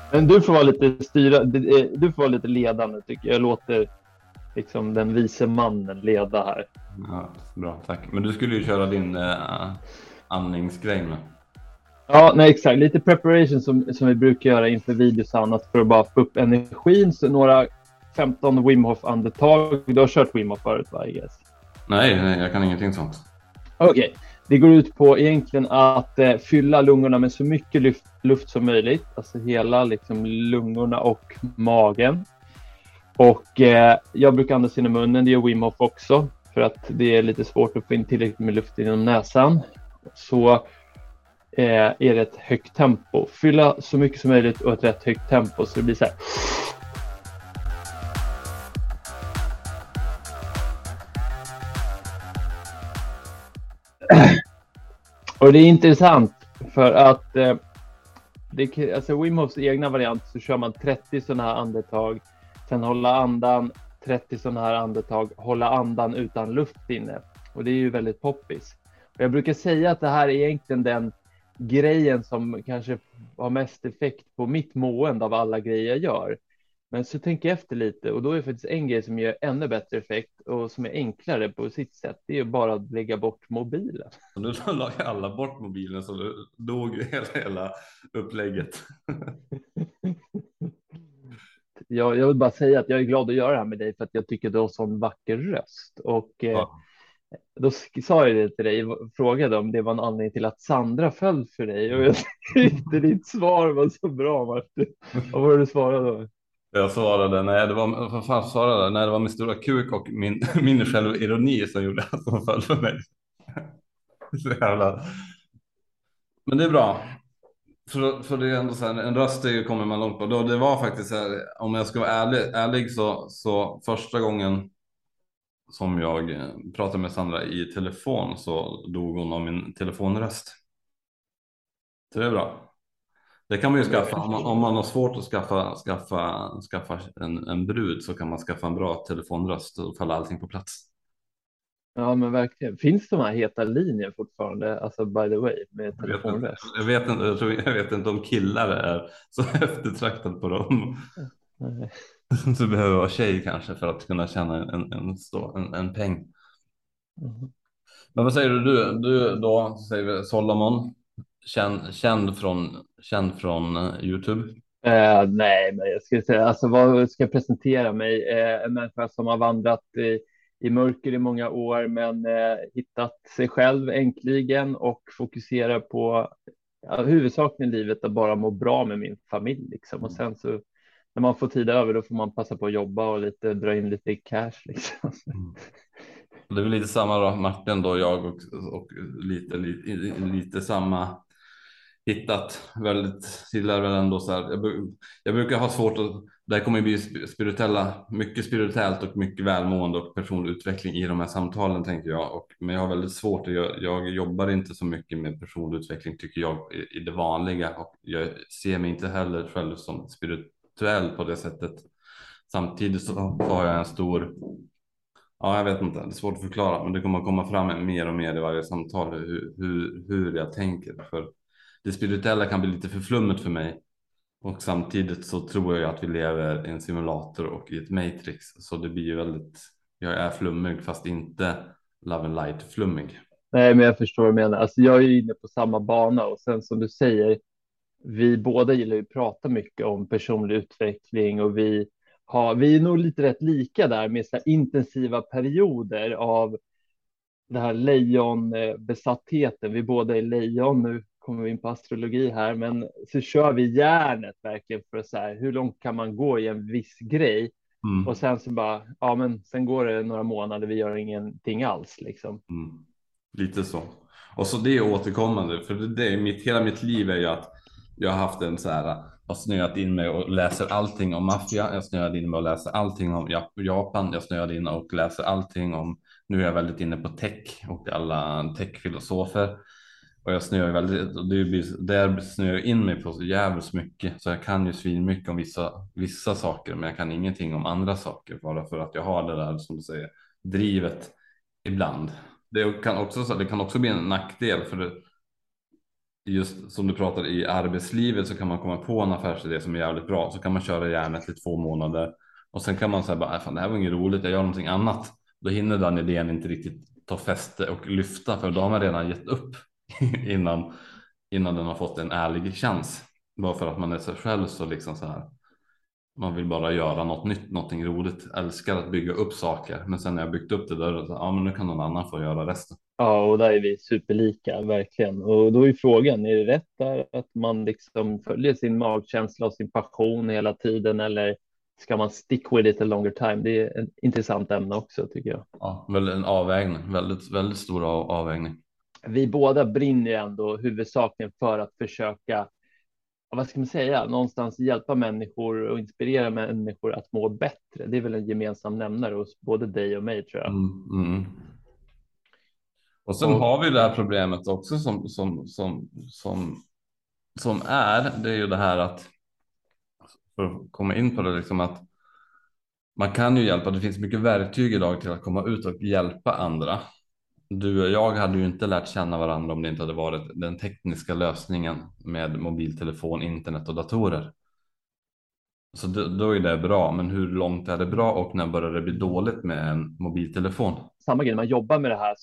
Men du får vara lite du får vara lite ledande tycker jag. Låter liksom den vise mannen leda här. Ja, bra, tack. Men du skulle ju köra din andningsgrej med. Ja, nej exakt. Lite preparation som vi brukar göra inför videos annat för att bara få upp energin. Så några 15 Wim Hof andetag. Du har kört Wim Hof förut va, I guess? Nej, jag kan ingenting sånt. Okej. Det går ut på egentligen att fylla lungorna med så mycket luft som möjligt. Alltså hela liksom, lungorna och magen. Och jag brukar andas in i munnen. Det gör Wim Hof också. För att det är lite svårt att få in tillräckligt med luft genom näsan. Så är det ett högt tempo. Fylla så mycket som möjligt och ett rätt högt tempo. Så det blir så här. Och det är intressant för att alltså Wim Hofs egna variant så kör man 30 sådana här andetag. Sen hålla andan, 30 sådana här andetag, hålla andan utan luft inne. Och det är ju väldigt poppis. Och jag brukar säga att det här är egentligen den grejen som kanske har mest effekt på mitt mående av alla grejer jag gör. Men så tänker jag efter lite och då är faktiskt en grej som ger ännu bättre effekt och som är enklare på sitt sätt. Det är ju bara att lägga bort mobilen. Och nu la alla bort mobilen så du dog hela upplägget. Jag vill bara säga att jag är glad att göra det här med dig för att jag tycker du har sån vacker röst. Och Ja. då sa jag det till dig, frågade om det var en anledning till att Sandra föll för dig. Och jag tyckte ditt svar var så bra, Martin. Vad var det du svarade då? Jag svarade, nej det var, vad fan svarade jag? Nej, det var min stora kuk och min självironi som gjorde att de föll för mig. Så jävla. Men det är bra. För det är ändå så här, en röst kommer man långt på. Då, det var faktiskt så här, om jag ska vara ärlig så första gången som jag pratade med Sandra i telefon så dog hon av min telefonröst. Så det är bra. Det kan man ju skaffa om man har svårt att skaffa en brud så kan man skaffa en bra telefonröst och falla allting på plats. Ja, men verkligen. Finns de här heta linjer fortfarande? Alltså by the way, med telefonröst? Jag vet inte om killar är så eftertraktade på dem. Nej. Så behöver vara tjej kanske för att kunna tjäna en peng. Mhm. Men vad säger du då säger vi Solomon, känd från YouTube. Nej, men jag skulle säga, alltså vad ska jag presentera mig? En människa som har vandrat i mörker i många år, men hittat sig själv äntligen och fokuserar på huvudsaken i livet att bara må bra med min familj liksom. Och sen så när man får tid över då får man passa på att jobba och dra in lite cash liksom. Mm. Det är väl lite samma då, Martin då, jag och lite samma hittat väldigt, gillar väl ändå så här, jag brukar ha svårt att, det här kommer ju bli mycket spirituellt och mycket välmående och personlig utveckling i de här samtalen tänker jag, men jag har väldigt svårt, jag jobbar inte så mycket med personlig utveckling tycker jag i det vanliga och jag ser mig inte heller själv som spirituell på det sättet. Samtidigt så har jag en stor, ja, jag vet inte, det är svårt att förklara, men det kommer att komma fram mer och mer i varje samtal hur jag tänker. För det spirituella kan bli lite för flummet för mig. Och samtidigt så tror jag att vi lever i en simulator och i ett matrix. Så det blir ju väldigt, jag är flummig fast inte love and light flummig. Nej, men jag förstår vad du menar. Alltså jag är ju inne på samma bana och sen som du säger, vi båda gillar ju att prata mycket om personlig utveckling och vi är nog lite rätt lika där med så här intensiva perioder av det här lejonbesattheten. Vi båda är lejon, nu kommer vi in på astrologi här, men så kör vi järnet verkligen för så här, hur långt kan man gå i en viss grej? Och sen så bara, ja men sen går det några månader, vi gör ingenting alls liksom. Lite så. Och så det är återkommande, för hela mitt liv är ju att jag har haft en så här, har snöat in mig och läser allting om maffia. Jag snöade in mig och läser allting om Japan. Jag snöade in och läser allting om, nu är jag väldigt inne på tech och alla techfilosofer. Och jag snöar väldigt, och där snöar jag in mig på så jävligt mycket. Så jag kan ju svin mycket om vissa saker, men jag kan ingenting om andra saker. Bara för att jag har det där, som du säger, drivet ibland. Det kan också bli en nackdel, för just som du pratar i arbetslivet så kan man komma på en affärsidé som är jävligt bra. Så kan man köra järnet i 2 månader och sen kan man säga bara, fan det här var inget roligt, jag gör någonting annat. Då hinner den idén inte riktigt ta fäste och lyfta, för då har man redan gett upp innan den har fått en ärlig chans. Bara för att man är sig själv så liksom så här. Man vill bara göra något nytt, någonting roligt. Älskar att bygga upp saker. Men sen när jag byggt upp det där, så, ja men nu kan någon annan få göra resten. Ja, och där är vi superlika, verkligen. Och då är frågan, är det rätt där att man liksom följer sin magkänsla och sin passion hela tiden, eller ska man stick with it a longer time? Det är ett intressant ämne också, tycker jag. Ja, väl en avvägning, väldigt, väldigt stor avvägning. Vi båda brinner ju ändå huvudsakligen för att försöka, vad ska man säga, någonstans hjälpa människor och inspirera människor att må bättre. Det är väl en gemensam nämnare hos både dig och mig, tror jag. Och sen har vi det här problemet också som är, det är ju det här att, för att komma in på det, liksom att man kan ju hjälpa, det finns mycket verktyg idag till att komma ut och hjälpa andra. Du och jag hade ju inte lärt känna varandra om det inte hade varit den tekniska lösningen med mobiltelefon, internet och datorer. Så då är det bra, men hur långt är det bra och när börjar det bli dåligt med en mobiltelefon? Samma grej, man jobbar med det här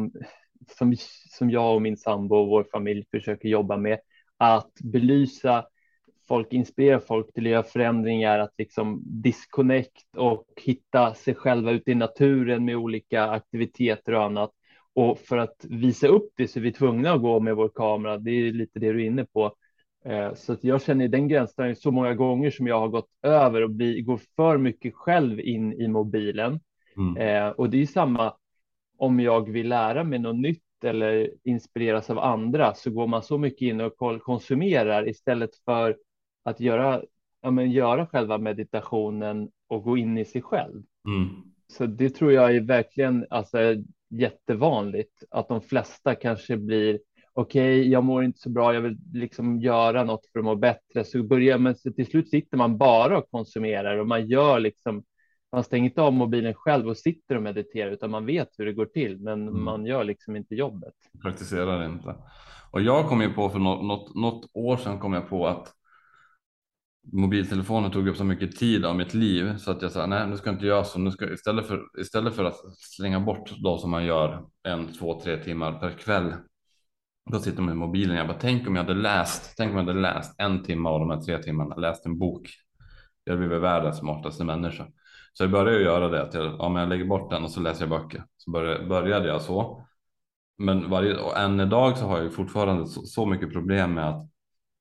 som jag och min sambo och vår familj försöker jobba med, att belysa folk, inspirera folk till att göra förändringar, att liksom disconnect och hitta sig själva ute i naturen med olika aktiviteter och annat. Och för att visa upp det så är vi tvungna att gå med vår kamera. Det är lite det du är inne på. Så att jag känner den gränsen så många gånger som jag har gått över och går för mycket själv in i mobilen. Och det är samma om jag vill lära mig något nytt eller inspireras av andra, så går man så mycket in och konsumerar istället för att göra själva meditationen och gå in i sig själv. Så det tror jag är verkligen jättevanligt, att de flesta kanske blir okej, jag mår inte så bra, jag vill liksom göra något för att må bättre. Så börjar man, så till slut sitter man bara och konsumerar, och man stänger inte av mobilen själv och sitter och mediterar, utan man vet hur det går till, men man gör liksom inte jobbet. Praktiserar inte. Och jag kom ju på för något år sedan kom jag på att mobiltelefonen tog upp så mycket tid av mitt liv så att jag sa nej, nu ska jag inte göra så. Nu ska istället för att slänga bort då som man gör 1, 2, 3 timmar per kväll. Då sitter man med mobilen. Jag bara, tänk om jag hade läst 1 timme av de här 3 timmarna, läst en bok. Jag blir världens smartaste människa. Så jag började göra det, att jag lägger bort den och så läser jag böcker. Så började jag så. Men än idag så har jag fortfarande så mycket problem med att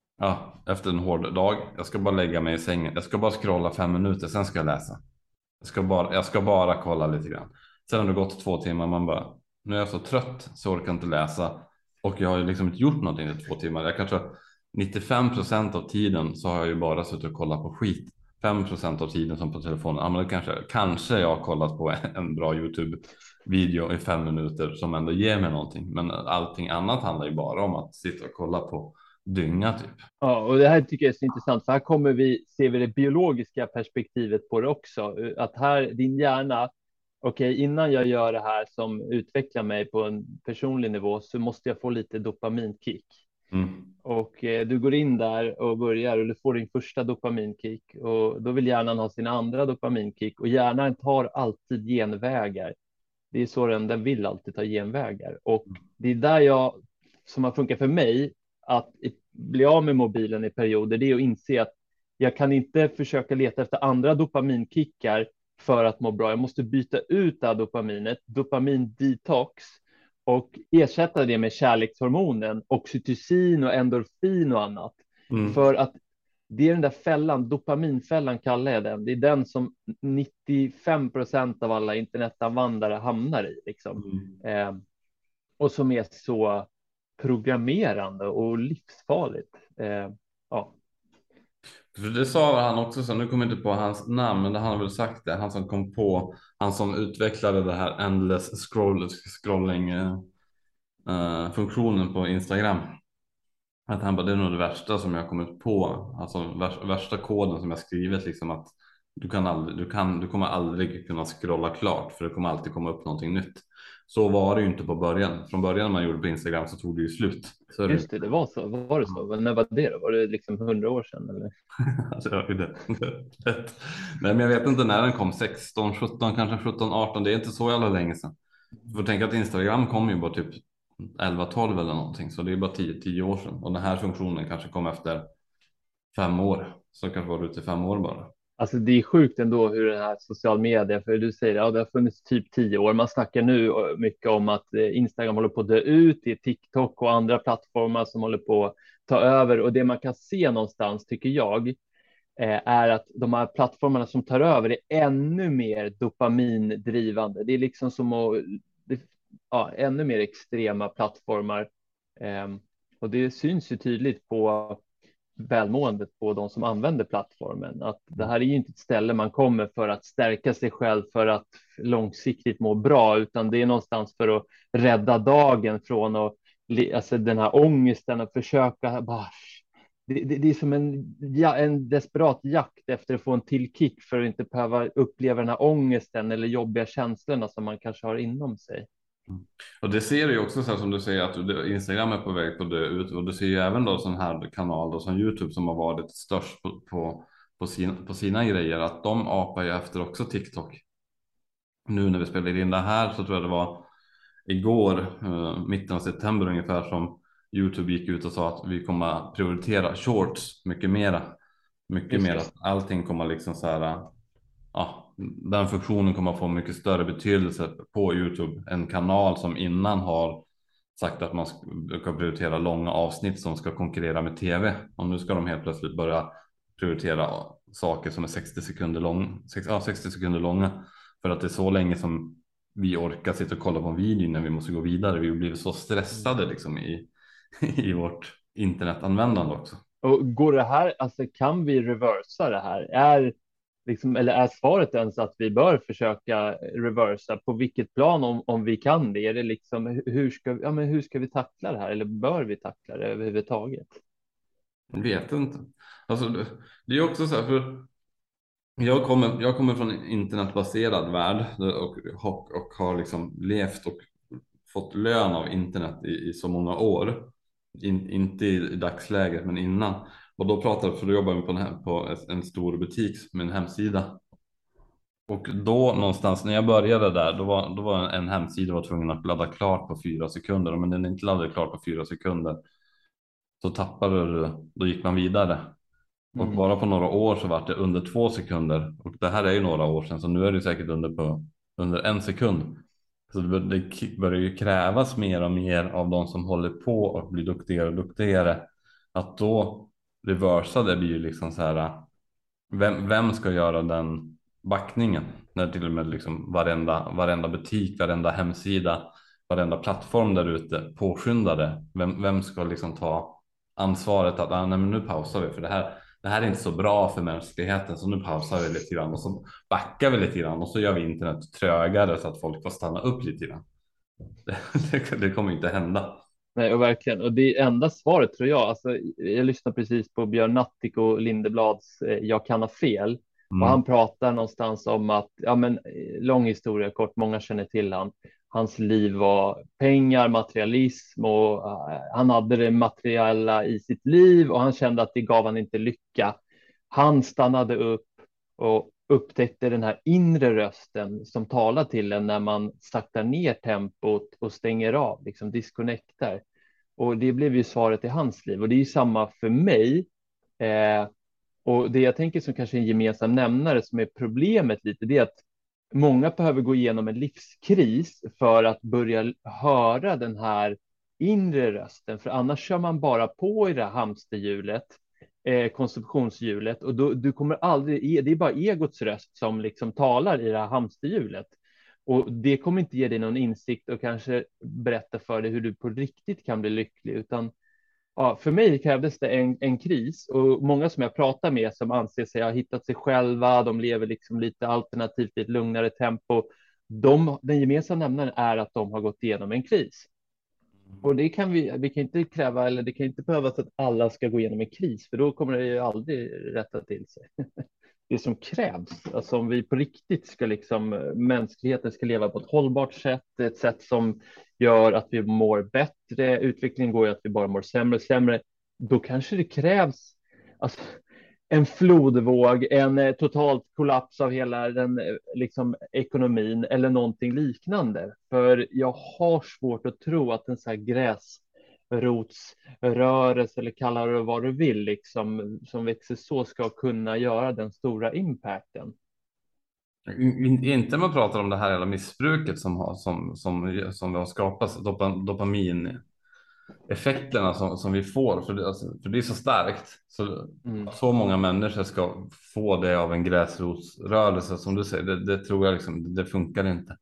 efter en hård dag, jag ska bara lägga mig i sängen. Jag ska bara scrolla 5 minuter, sen ska jag läsa. Jag ska bara kolla lite grann. Sen har det gått 2 timmar, man bara, nu är jag så trött så jag orkar inte läsa. Och jag har ju liksom inte gjort någonting i 2 timmar. Jag kanske 95% av tiden så har jag ju bara suttit och kollat på skit. 5% av tiden som på telefonen. Ja, men kanske jag har kollat på en bra YouTube-video i 5 minuter som ändå ger mig någonting. Men allting annat handlar ju bara om att sitta och kolla på dynga typ. Ja, och det här tycker jag är så intressant, för här ser vi det biologiska perspektivet på det också. Att här, din hjärna, innan jag gör det här som utvecklar mig på en personlig nivå, så måste jag få lite dopaminkick. Och du går in där och börjar, och du får din första dopaminkick, och då vill hjärnan ha sin andra dopaminkick, och hjärnan tar alltid genvägar. Det är så den vill alltid ta genvägar, och det är där som har funkat för mig, att bli av med mobilen i perioder, det är att inse att jag kan inte försöka leta efter andra dopaminkickar för att må bra. Jag måste byta ut det här dopaminet, dopamindetox, och ersätta det med kärlekshormonen, oxytocin och endorfin och annat. För att det är den där fällan, dopaminfällan kallar jag den. Det är den som 95% av alla internetanvändare hamnar i. Liksom. Och som är så programmerande och livsfarligt. För det sa han också, så nu kommer jag inte på hans namn, men han har väl sagt det. Han som utvecklade det här endless scrolling funktionen på Instagram. Att han bara, det är nog det värsta som jag har kommit på. Alltså värsta koden som jag skrivit, liksom att du kommer aldrig kunna scrolla klart, för det kommer alltid komma upp någonting nytt. Så var det ju inte på början. Från början när man gjorde på Instagram så tog det ju slut. Så är det. Just det var så. Var det så? När var det då? Var det liksom 100 år sedan eller? Alltså, ja, nej, men jag vet inte när den kom. 16, 17, kanske 17, 18. Det är inte så jävla länge sedan. Du får tänka att Instagram kom ju bara typ 11, 12 eller någonting. Så det är bara 10 år sedan. Och den här funktionen kanske kom efter 5 år. Så kanske var det ute i 5 år bara. Alltså det är sjukt ändå hur den här social media, för du säger ja, det har funnits typ 10 år. Man snackar nu mycket om att Instagram håller på att dö ut, det är TikTok och andra plattformar som håller på att ta över. Och det man kan se någonstans tycker jag är att de här plattformarna som tar över är ännu mer dopamindrivande. Det är liksom som att, ja, ännu mer extrema plattformar. Och det syns ju tydligt på välmåendet på de som använder plattformen. Att det här är ju inte ett ställe man kommer för att stärka sig själv för att långsiktigt må bra, utan det är någonstans för att rädda dagen från att, alltså den här ångesten att försöka bara, det är som en desperat jakt efter att få en till kick för att inte behöva uppleva den här ångesten eller jobbiga känslorna som man kanske har inom sig. Och det ser du ju också så här, som du säger att Instagram är på väg på dö ut, och du ser ju även då sån här kanal då, som YouTube som har varit störst på sina grejer, att de apar ju efter också TikTok. Nu när vi spelade in det här så tror jag det var igår, mitten av september ungefär, som YouTube gick ut och sa att vi kommer att prioritera shorts mycket mera. Mycket mer, att allting kommer liksom så här, ja, den funktionen kommer att få mycket större betydelse på YouTube. En kanal som innan har sagt att man ska prioritera långa avsnitt som ska konkurrera med tv. Och nu ska de helt plötsligt börja prioritera saker som är 60 sekunder långa. För att det är så länge som vi orkar sitta och kolla på en video när vi måste gå vidare. Vi blir så stressade liksom i vårt internetanvändande också. Och går det här, alltså kan vi reversa det här? Eller är svaret ens att vi bör försöka reversa? På vilket plan om vi kan det? Är det liksom, hur ska vi tackla det här? Eller bör vi tackla det överhuvudtaget? Jag vet inte. Alltså, det är också så här, för jag kommer från en internetbaserad värld och har liksom levt och fått lön av internet i så många år. Inte i dagsläget, men innan. Och då jobbar vi på en stor butik med en hemsida. Och då någonstans när jag började där, då var en hemsida var tvungen att ladda klart på 4 sekunder. Men den inte laddade klart på 4 sekunder så tappade du, då gick man vidare. Och bara på några år så var det under 2 sekunder. Och det här är ju några år sedan, så nu är det säkert under 1 sekund. Så det börjar ju krävas mer och mer av de som håller på och blir duktigare och duktigare. Att då reversa det blir ju liksom så här, vem ska göra den backningen? När till och med liksom varenda butik, varenda hemsida, varenda plattform där ute påskyndar det. Vem ska liksom ta ansvaret att nej, men nu pausar vi, för det här är inte så bra för mänskligheten, så nu pausar vi lite grann och så backar vi lite grann och så gör vi internet trögare så att folk får stanna upp lite grann. Det kommer inte hända. Nej, och verkligen. Och det enda svaret tror jag, alltså, jag lyssnar precis på Björn Natthik och Lindeblads Jag kan ha fel. Och han pratar någonstans om att, ja men lång historia kort, många känner till han. Hans liv var pengar, materialism och han hade det materiella i sitt liv och han kände att det gav han inte lycka. Han stannade upp och upptäckte den här inre rösten som talar till en när man saktar ner tempot och stänger av, liksom disconnectar. Och det blev ju svaret i hans liv och det är ju samma för mig. Och det jag tänker som kanske är en gemensam nämnare som är problemet lite, det är att många behöver gå igenom en livskris för att börja höra den här inre rösten, för annars kör man bara på i det här hamsterhjulet, konsumtionshjulet, och du kommer aldrig, det är bara egots röst som liksom talar i det här hamsterhjulet. Och det kommer inte ge dig någon insikt och kanske berätta för dig hur du på riktigt kan bli lycklig, utan ja, för mig krävdes det en kris, och många som jag pratar med som anser sig ha hittat sig själva, de lever liksom lite alternativt i ett lugnare tempo. Den gemensamma nämnaren är att de har gått igenom en kris. Och det kan vi kan inte kräva, eller det kan inte behövas att alla ska gå igenom en kris, för då kommer det ju aldrig rätta till sig. det som krävs. Alltså om vi på riktigt ska liksom, mänskligheten ska leva på ett hållbart sätt, ett sätt som gör att vi mår bättre. Utvecklingen går ju att vi bara mår sämre och sämre. Då kanske det krävs alltså, en flodvåg, en totalt kollaps av hela den liksom, ekonomin eller någonting liknande. För jag har svårt att tro att en sån här gräsrotsrörelse eller kalla det vad du vill, liksom, som växer så ska kunna göra den stora impacten. Inte man pratar om det här hela missbruket som vi har skapat, dopamineffekterna som vi får, för det är så starkt. Så många människor ska få det av en gräsrotsrörelse som du säger, det tror jag liksom, det funkar inte.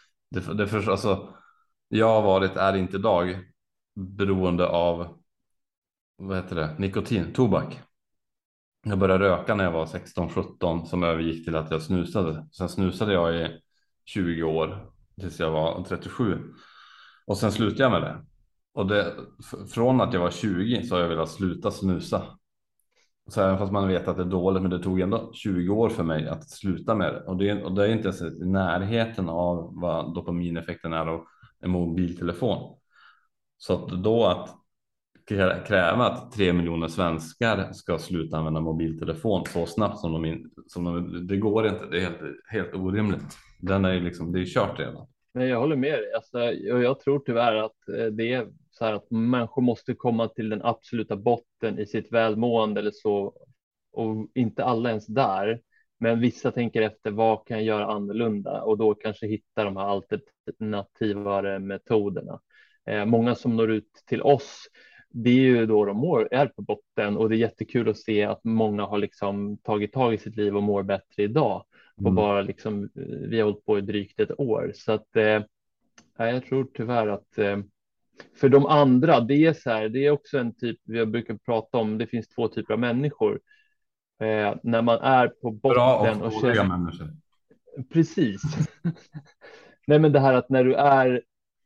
Alltså, jag har varit, är inte idag, beroende av, vad heter det, nikotin, tobak. Jag började röka när jag var 16-17 som övergick till att jag snusade. Sen snusade jag i 20 år tills jag var 37. Och sen slutade jag med det. Och från att jag var 20 så har jag velat sluta snusa. Så även fast man vet att det är dåligt, men det tog ändå 20 år för mig att sluta med det. Och det är inte ens i närheten av vad dopamineffekten är av en mobiltelefon. Så att då att kräva att 3 miljoner svenskar ska sluta använda mobiltelefon så snabbt det går inte. Det är helt orimligt. Den är liksom, det är kört redan. Men jag håller med dig. Alltså, jag tror tyvärr att det är så här att människor måste komma till den absoluta botten i sitt välmående eller så. Och inte alla ens där. Men vissa tänker efter, vad kan jag göra annorlunda? Och då kanske hitta de här alternativare metoderna. Många som når ut till oss, det är ju då de är på botten. Och det är jättekul att se att många har liksom tagit tag i sitt liv och mår bättre idag. Och bara liksom, vi har hållit på i drygt ett år. Så att jag tror tyvärr att för de andra, det är så här, det är också en typ, vi brukar prata om, det finns två typer av människor. När man är på botten. Bra och dåliga människor. Precis. Nej, men det här att när du är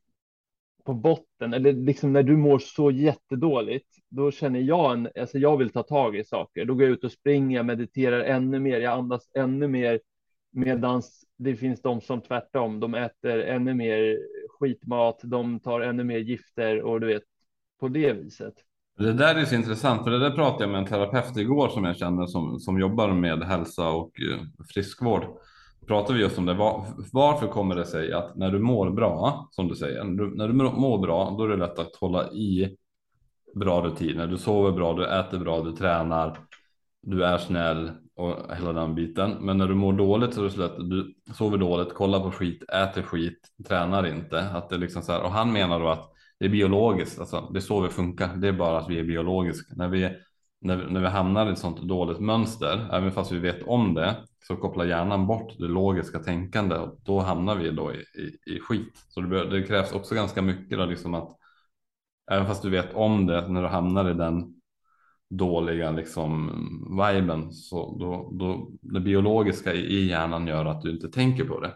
på botten, eller liksom när du mår så jättedåligt, då känner jag alltså jag vill ta tag i saker. Då går jag ut och springer, jag mediterar ännu mer, jag andas ännu mer, medan det finns de som tvärtom, de äter ännu mer skitmat, de tar ännu mer gifter och du vet, på det viset. Det där är så intressant, för det där pratade jag med en terapeut igår som jag känner som jobbar med hälsa och friskvård. Pratar vi just om det. Varför kommer det sig att när du mår bra, som du säger, när du mår bra, då är det lätt att hålla i bra rutiner. Du sover bra, du äter bra, du tränar, du är snäll och hela den biten. Men när du mår dåligt så är det så lätt att du sover dåligt, kollar på skit, äter skit, tränar inte. Att det liksom så här, och han menar då att det är biologiskt, alltså det är så vi funkar. Det är bara att vi är biologiska. När vi hamnar i ett sånt dåligt mönster, även fast vi vet om det, så kopplar hjärnan bort det logiska tänkande och då hamnar vi då i skit. Så det krävs också ganska mycket då, liksom att även fast du vet om det, när du hamnar i den dåliga liksom viben, så då det biologiska i hjärnan gör att du inte tänker på det.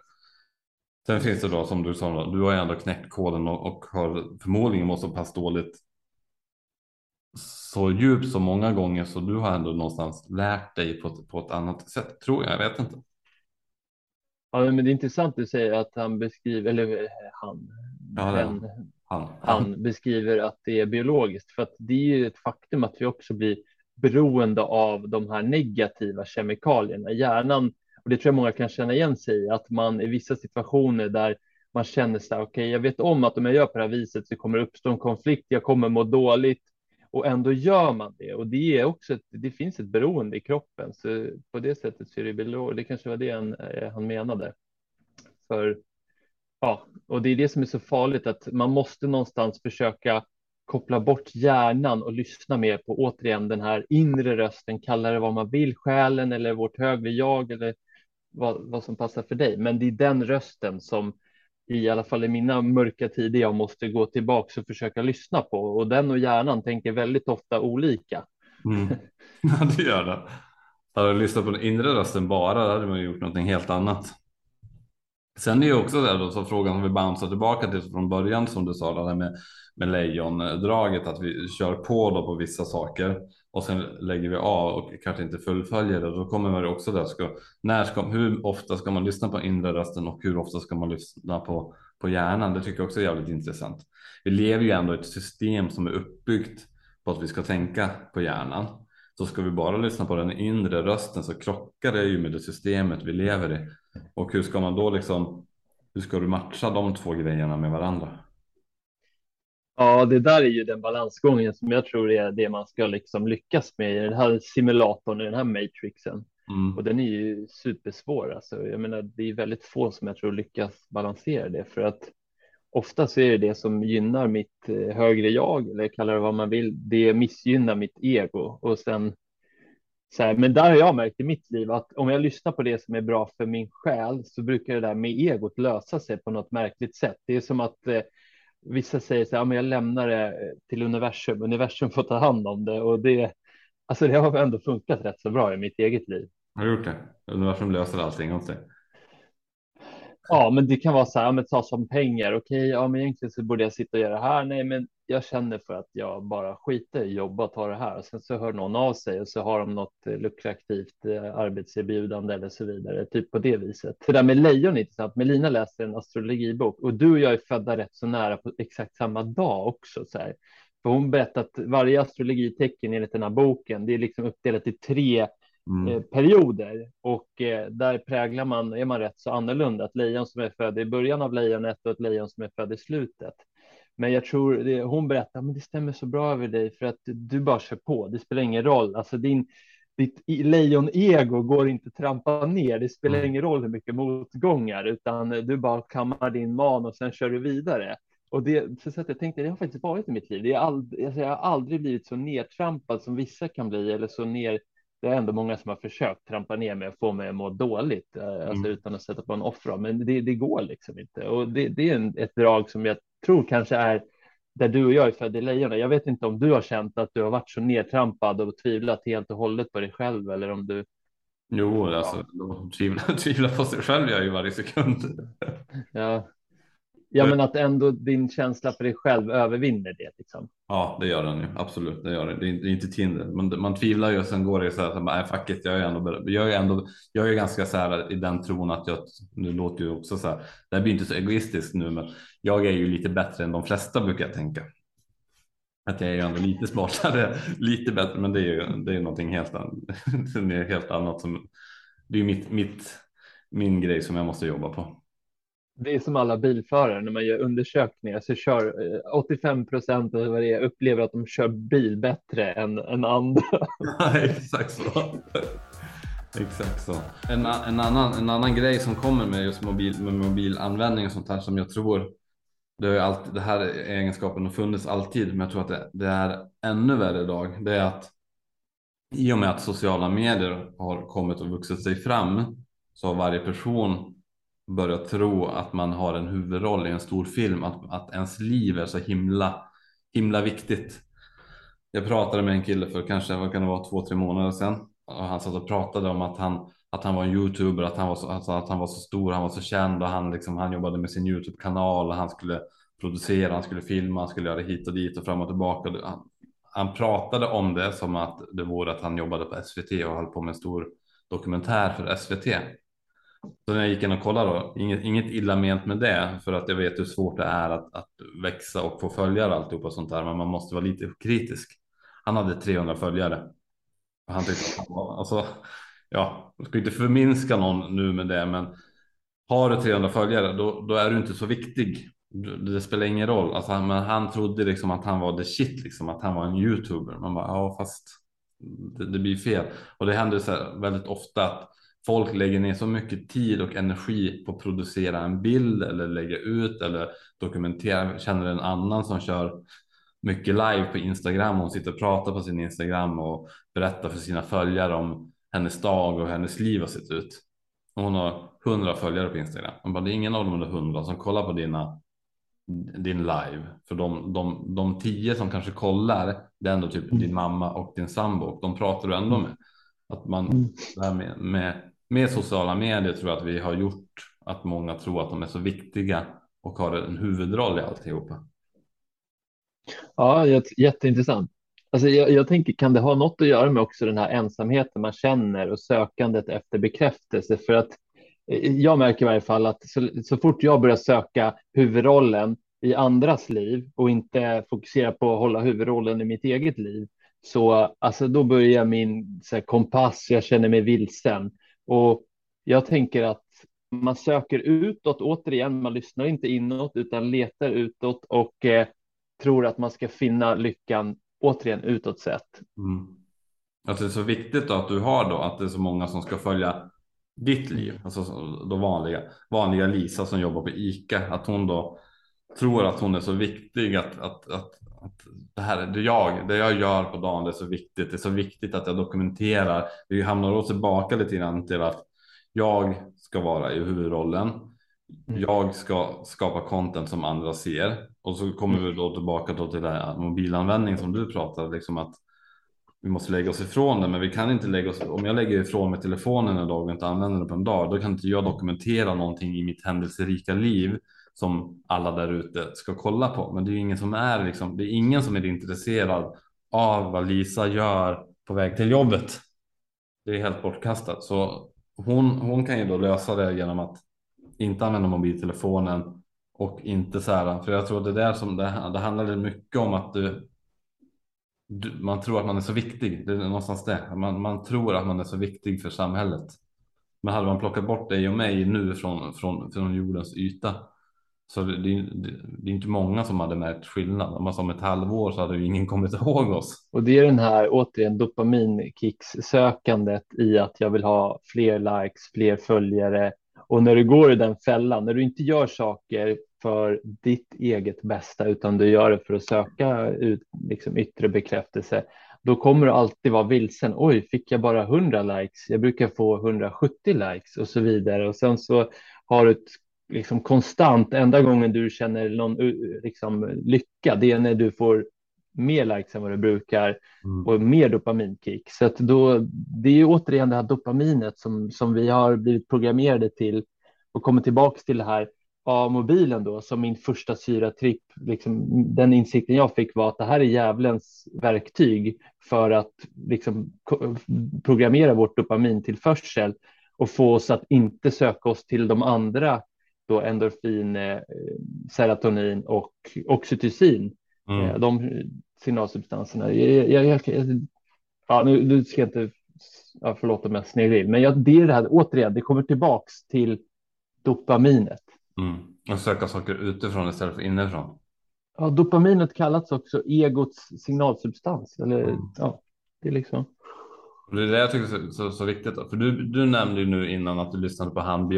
Sen finns det då, som du sa, du har ju ändå knäckt koden och har förmodligen mått så pass dåligt så djupt så många gånger, så du har ändå någonstans lärt dig på ett annat sätt, tror jag vet inte. Ja, men det är intressant du säger att han beskriver, eller han beskriver att det är biologiskt, för att det är ju ett faktum att vi också blir beroende av de här negativa kemikalierna i hjärnan. Och det tror jag många kan känna igen sig i, att man i vissa situationer där man känner så här, okej, jag vet om att om jag gör på det här viset så kommer det uppstå en konflikt, jag kommer må dåligt, och ändå gör man det. Och det är också det finns ett beroende i kroppen, så på det sättet så är det biologiskt. Det kanske var det han menade. För ja, och det är det som är så farligt, att man måste någonstans försöka koppla bort hjärnan och lyssna mer på, återigen, den här inre rösten, kalla det vad man vill, själen eller vårt högre jag eller vad som passar för dig. Men det är den rösten som i alla fall i mina mörka tider jag måste gå tillbaka och försöka lyssna på, och den och hjärnan tänker väldigt ofta olika. Ja, det gör det. Hade du lyssnat på den inre rösten bara, då hade man gjort någonting helt annat. Sen är ju också det då, så frågan som vi bouncear tillbaka till från början, som du sa, det här med med lejondraget, att vi kör på då på vissa saker och sen lägger vi av och kanske inte fullföljer det. Då kommer man också där, hur ofta ska man lyssna på inre rösten och hur ofta ska man lyssna på hjärnan? Det tycker jag också är jävligt intressant. Vi lever ju ändå i ett system som är uppbyggt på att vi ska tänka på hjärnan. Så ska vi bara lyssna på den inre rösten så krockar det ju med det systemet vi lever i. Och hur ska man då liksom, hur ska du matcha de två grejerna med varandra? Ja, det där är ju den balansgången som jag tror är det man ska liksom lyckas med i den här simulatorn, i den här matrixen. Och Mm. den är ju supersvår. Alltså, jag menar, det är väldigt få som jag tror lyckas balansera det, för att ofta så är det det som gynnar mitt högre jag, eller kalla det vad man vill. Det missgynnar mitt ego. Och sen så här, men där har jag märkt i mitt liv att om jag lyssnar på det som är bra för min själ så brukar det där med egot lösa sig på något märkligt sätt. Det är som att vissa säger så här, ja, men jag lämnar det till universum. Universum får ta hand om det, och det, alltså det har ändå funkat rätt så bra i mitt eget liv. Har du gjort det? Universum löser allting åt dig. Ja, men det kan vara så här, ja, men ta som pengar. Okej, ja, men egentligen så borde jag sitta och göra det här. Nej, men jag känner för att jag bara skiter i jobba och ta det här. Och sen så hör någon av sig och så har de något lukrativt arbetserbjudande eller så vidare. Typ på det viset. Det där med lejon är intressant. Melina läser en astrologibok och du och jag är födda rätt så nära på exakt samma dag också. Så här. För hon berättar att varje astrologitecken enligt den här boken, det är liksom uppdelat i 3 perioder, och där präglar man, är man rätt så annorlunda. Ett lejon som är född i början av lejonet och ett lejon som är född i slutet. Men jag tror hon berättar, men det stämmer så bra över dig för att du bara kör på. Det spelar ingen roll. Alltså ditt lejon-ego går inte trampa ner. Det spelar ingen roll hur mycket motgångar, utan du bara kammar din man och sen kör du vidare. Och det, så att jag tänkte, det har faktiskt varit i mitt liv. Jag har aldrig blivit så nedtrampad som vissa kan bli, eller så ner. Det är ändå många som har försökt trampa ner mig och få mig att må dåligt, alltså utan att sätta på en offer. Men det går liksom inte. Och det är ett drag som jag tror kanske är där du och jag är födda i lejonen. Jag vet inte om du har känt att du har varit så nedtrampad och tvivlat helt och hållet på dig själv, eller om du... Jo, alltså tvivla på sig själv jag ju varje sekund. Ja, ja, men att ändå din känsla för dig själv övervinner det liksom. Ja, det gör den ju. Absolut, det gör det. Det är inte Tinder. Man tvivlar ju och sen går det så här, så bara, fuck it, jag är ganska så här i den tron att nu låter ju också så här, det här blir inte så egoistiskt nu, men jag är ju lite bättre än de flesta brukar jag tänka. Att jag är ju ändå lite smartare, lite bättre, men det är ju någonting helt annat. Det är helt annat som, det är ju min grej som jag måste jobba på. Det är som alla bilförare när man gör undersökningar, så kör 85% av vad det är, upplever att de kör bil bättre än andra. Exakt så. Exakt så. En annan grej som kommer med just mobilanvändning och sånt här, som jag tror det här egenskapen har funnits alltid, men jag tror att det är ännu värre idag. Det är att i och med att sociala medier har kommit och vuxit sig fram, så har varje person börjat tro att man har en huvudroll i en stor film, att ens liv är så himla viktigt. Jag pratade med en kille för kanske, vad kan det vara, 2-3 månader sedan, och han satt och pratade om att han var en YouTuber, att han var så stor, han var så känd, och han jobbade med sin YouTube-kanal, och han skulle producera, han skulle filma, han skulle göra hit och dit och fram och tillbaka. Han pratade om det som att det vore att han jobbade på SVT och höll på med en stor dokumentär för SVT. Så när jag gick in och kollade då, inget illa ment med det, för att jag vet hur svårt det är att växa och få följare och alltihop och sånt där, men man måste vara lite kritisk. Han hade 300 följare. Och han tyckte att han var, alltså, ja, jag ska inte förminska någon nu med det, men har du 300 följare, då är du inte så viktig. Det spelar ingen roll. Alltså, men han trodde liksom att han var the shit, liksom, att han var en YouTuber. Man bara, ja, fast det blir fel. Och det händer så här väldigt ofta att folk lägger ner så mycket tid och energi på att producera en bild eller lägga ut eller dokumentera. Känner en annan som kör mycket live på Instagram. Hon sitter och pratar på sin Instagram och berättar för sina följare om hennes dag och hennes liv har sett ut. Och hon har 100 följare på Instagram. Man bara, det är ingen av de 100 som kollar på din live. För de 10 som kanske kollar, det är ändå typ din mamma och din sambo. Och de pratar du ändå med. Att man, det här med sociala medier, tror jag att vi har gjort att många tror att de är så viktiga och har en huvudroll i alltihopa. Ja, jätteintressant. Alltså jag tänker, kan det ha något att göra med också den här ensamheten man känner och sökandet efter bekräftelse? För att jag märker i varje fall att så fort jag börjar söka huvudrollen i andras liv och inte fokusera på att hålla huvudrollen i mitt eget liv, så alltså, då börjar min så här, kompass, jag känner mig vilsen. Och jag tänker att man söker utåt, återigen, man lyssnar inte inåt utan letar utåt och tror att man ska finna lyckan återigen utåt sett. Mm. Alltså det är så viktigt då att du har då att det är så många som ska följa ditt liv. Alltså då vanliga Lisa som jobbar på ICA. Att hon då tror att hon är så viktig att det jag gör på dagen, det är så viktigt. Det är så viktigt att jag dokumenterar. Vi hamnar då tillbaka lite grann till att jag ska vara i huvudrollen. Mm. Jag ska skapa content som andra ser. Och så kommer vi då tillbaka då till det här mobilanvändning som du pratade, liksom att vi måste lägga oss ifrån det, men vi kan inte lägga oss. Om jag lägger ifrån mig telefonen en dag och inte använder den på en dag, då kan inte jag dokumentera någonting i mitt händelserika liv som alla där ute ska kolla på. Men det är ingen som är liksom, det är ingen som är intresserad av vad Lisa gör på väg till jobbet. Det är helt bortkastat. Så hon kan ju då lösa det genom att inte använda mobiltelefonen och inte så här, för jag tror det där som det handlar mycket om att man tror att man är så viktig. Det är någonstans det. Man tror att man är så viktig för samhället. Men hade man plockat bort dig och mig nu från jordens yta, så det är inte många som hade märkt skillnad. Om man sa om ett halvår så hade ju ingen kommit ihåg oss. Och det är den här återigen dopaminkickssökandet i att jag vill ha fler likes, fler följare. Och när du går i den fällan, när du inte gör saker för ditt eget bästa utan du gör det för att söka ut liksom, yttre bekräftelse, då kommer du alltid vara vilsen. Oj, fick jag bara 100 likes? Jag brukar få 170 likes och så vidare. Och sen så har du ett liksom konstant, enda gången du känner någon liksom, lycka, det är när du får mer likes än vad du brukar Mm. och mer dopaminkick. Så att då, det är ju återigen det här dopaminet som vi har blivit programmerade till och kommer tillbaka till det här av mobilen då som min första syratripp. Liksom, den insikten jag fick var att det här är djävulens verktyg för att liksom, programmera vårt dopamintillförsel och få oss att inte söka oss till de andra då endorfin, serotonin och oxytocin. Mm. De signalsubstanserna. Ja, nu ska jag inte, ja, förlåt om jag sneglar in, men det är det här, återigen, det kommer tillbaks till dopaminet. Mm. Och söka saker utifrån istället för inifrån. Ja, dopaminet kallas också egots signalsubstans. Eller, Mm. ja, det är liksom. Och det är det jag tycker är så viktigt. Då. För du nämnde ju nu innan att du lyssnade på han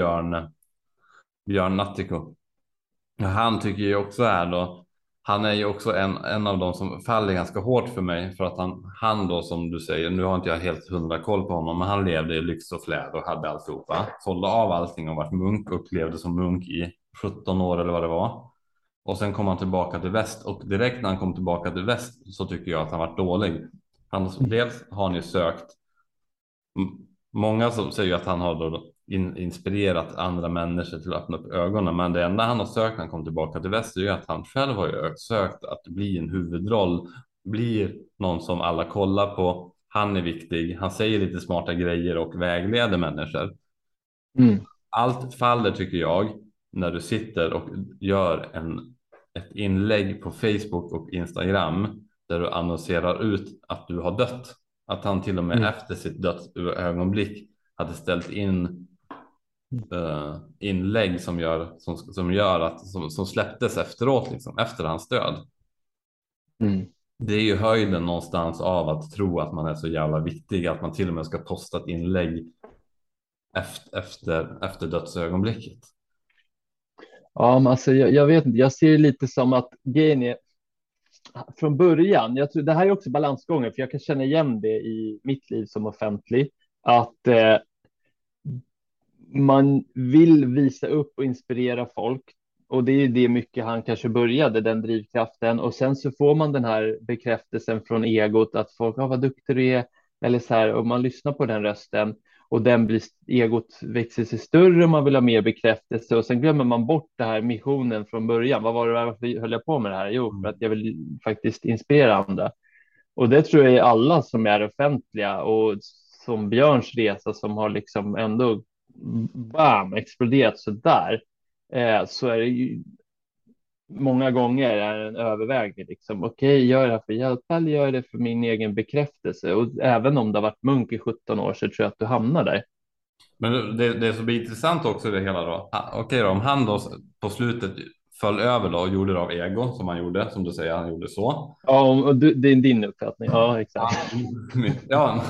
Björn Nattiko. Han tycker ju också här då, han är ju också en av dem som faller ganska hårt för mig för att han då som du säger, nu har inte jag helt 100 koll på honom, men han levde i lyx och flärd och hade alltihopa, sålde av allting och varit munk och levde som munk i 17 år eller vad det var. Och sen kom han tillbaka till väst och direkt när han kom tillbaka till väst så tycker jag att han var dålig. Dels har han ju sökt, många som säger att han har då inspirerat andra människor till att öppna upp ögonen. Men det enda han har sökt när han kom tillbaka till väst är ju att han själv har ju sökt att bli en huvudroll. Blir någon som alla kollar på. Han är viktig. Han säger lite smarta grejer och vägleder människor. Mm. Allt faller tycker jag när du sitter och gör ett inlägg på Facebook och Instagram där du annonserar ut att du har dött. Att han till och med efter sitt dödsögonblick hade ställt in inlägg som gör att som släpptes efteråt liksom, efter hans död. Mm. Det är ju höjden någonstans av att tro att man är så jävla viktig att man till och med ska posta ett inlägg efter dödsögonblicket. Ja, men alltså, jag vet inte, jag ser det lite som att grejen är från början, jag tror det här är också balansgången, för jag kan känna igen det i mitt liv som offentlig, att man vill visa upp och inspirera folk. Och det är det mycket han kanske började, den drivkraften. Och sen så får man den här bekräftelsen från egot att folk, vad duktig du är. Eller så här, och man lyssnar på den rösten. och egot växer sig större och man vill ha mer bekräftelse och sen glömmer man bort det här missionen från början. Vad var det, varför höll jag på med det här? Jo, för att jag vill faktiskt inspirera andra. Och det tror jag är alla som är offentliga och som Björns resa som har liksom ändå bam, exploderat så där. Så är det ju många gånger är en övervägning liksom. Okej, gör jag det här för hjälp eller gör jag det för min egen bekräftelse? Och även om det har varit munk i 17 år så tror jag att du hamnar där. Men det som blir intressant också i det hela då. Okej då, om han då på slutet föll över då och gjorde det av ego som han gjorde, som du säger, han gjorde så. Ja, och det är din uppfattning. Ja, exakt. Ja,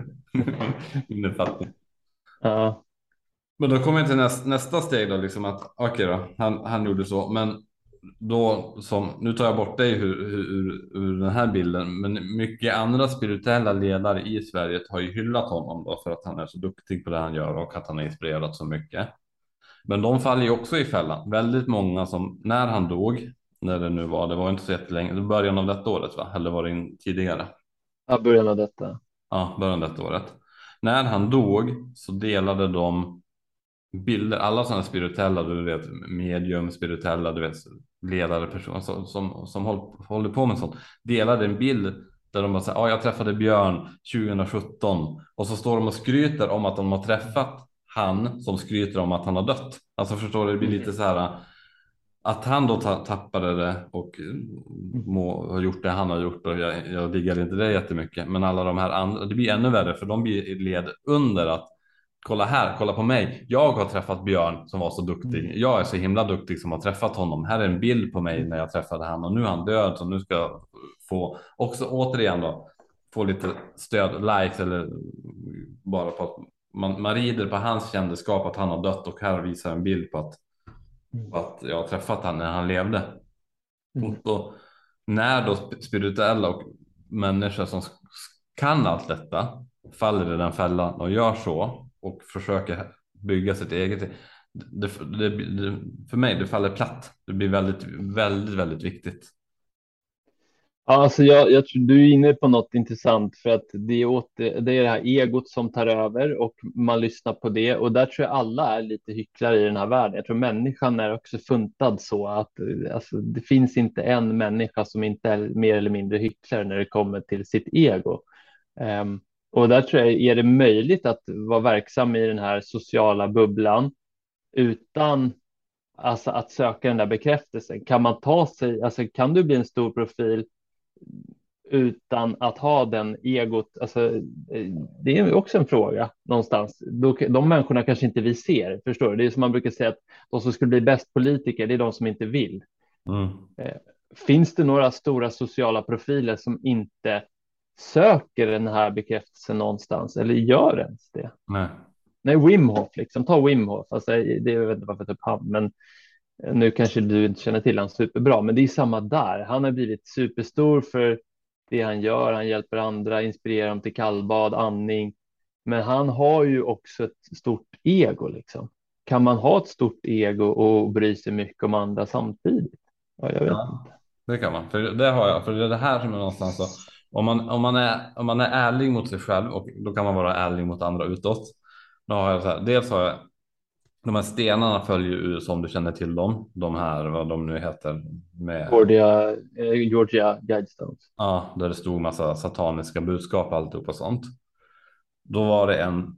min uppfattning. Ja. Men då kommer jag till nästa steg då, liksom att okej då, han gjorde så, men då som, nu tar jag bort dig ur den här bilden, men mycket andra spirituella ledare i Sverige har ju hyllat honom då för att han är så duktig på det han gör och att han har inspirerat så mycket. Men de faller ju också i fällan. Väldigt många som, när han dog, när det var inte så jättelänge, det var början av detta året va? Eller var det tidigare? Ja, början av detta. Ja, början av detta året. När han dog så delade de bilder, alla sådana spirituella, du vet, medium, spirituella, du vet, ledare, personer som håller på med sånt, delade en bild där de bara säger, ja, jag träffade Björn 2017 och så står de och skryter om att de har träffat han som skryter om att han har dött. Alltså förstår du, det blir lite så här att han då tappade det och har gjort det han har gjort och jag diggar inte det jättemycket, men alla de här andra, det blir ännu värre för de blir led under att kolla här, kolla på mig. Jag har träffat Björn som var så duktig. Jag är så himla duktig som har träffat honom. Här är en bild på mig när jag träffade han och nu är han död så nu ska jag få också återigen då få lite stöd, likes eller bara på att man rider på hans kändisskap att han har dött och här visar en bild på att jag har träffat han när han levde. Och då, när då spirituella och människor som kan allt detta faller i den fällan och gör så och försöker bygga sitt eget. För mig, det faller platt. Det blir väldigt, väldigt, väldigt viktigt. Ja, alltså jag tror du är inne på något intressant för att det är det här egot som tar över och man lyssnar på det och där tror jag alla är lite hycklare i den här världen. Jag tror människan är också funtad så att alltså, det finns inte en människa som inte är mer eller mindre hycklare när det kommer till sitt ego. Och där tror jag är det möjligt att vara verksam i den här sociala bubblan utan alltså, att söka den där bekräftelsen. Kan man ta sig, alltså kan du bli en stor profil utan att ha den egot, alltså, det är också en fråga någonstans. De människorna kanske inte vi ser, förstår du? Det är som man brukar säga att de som skulle bli bäst politiker, det är de som inte vill. Finns det några stora sociala profiler som inte söker den här bekräftelsen någonstans eller gör ens det? Nej, Wim Hof, liksom. Ta Wim Hof. Alltså, jag vet inte varför jag tar upp han, men nu kanske du inte känner till han superbra, men det är samma där. Han har blivit superstor för det han gör. Han hjälper andra, inspirerar dem till kallbad, andning. Men han har ju också ett stort ego. Liksom. Kan man ha ett stort ego och bry sig mycket om andra samtidigt? Ja, jag vet inte. Det kan man. För det har jag. För det är det här som är någonstans så. Om man är ärlig mot sig själv och då kan man vara ärlig mot andra utåt. Då har jag så här, dels har jag de här stenarna följer ju som du känner till dem. De här, vad de nu heter. Med Georgia Guidestones. Ja, där det stod massa sataniska budskap och alltihop och sånt. Då var det en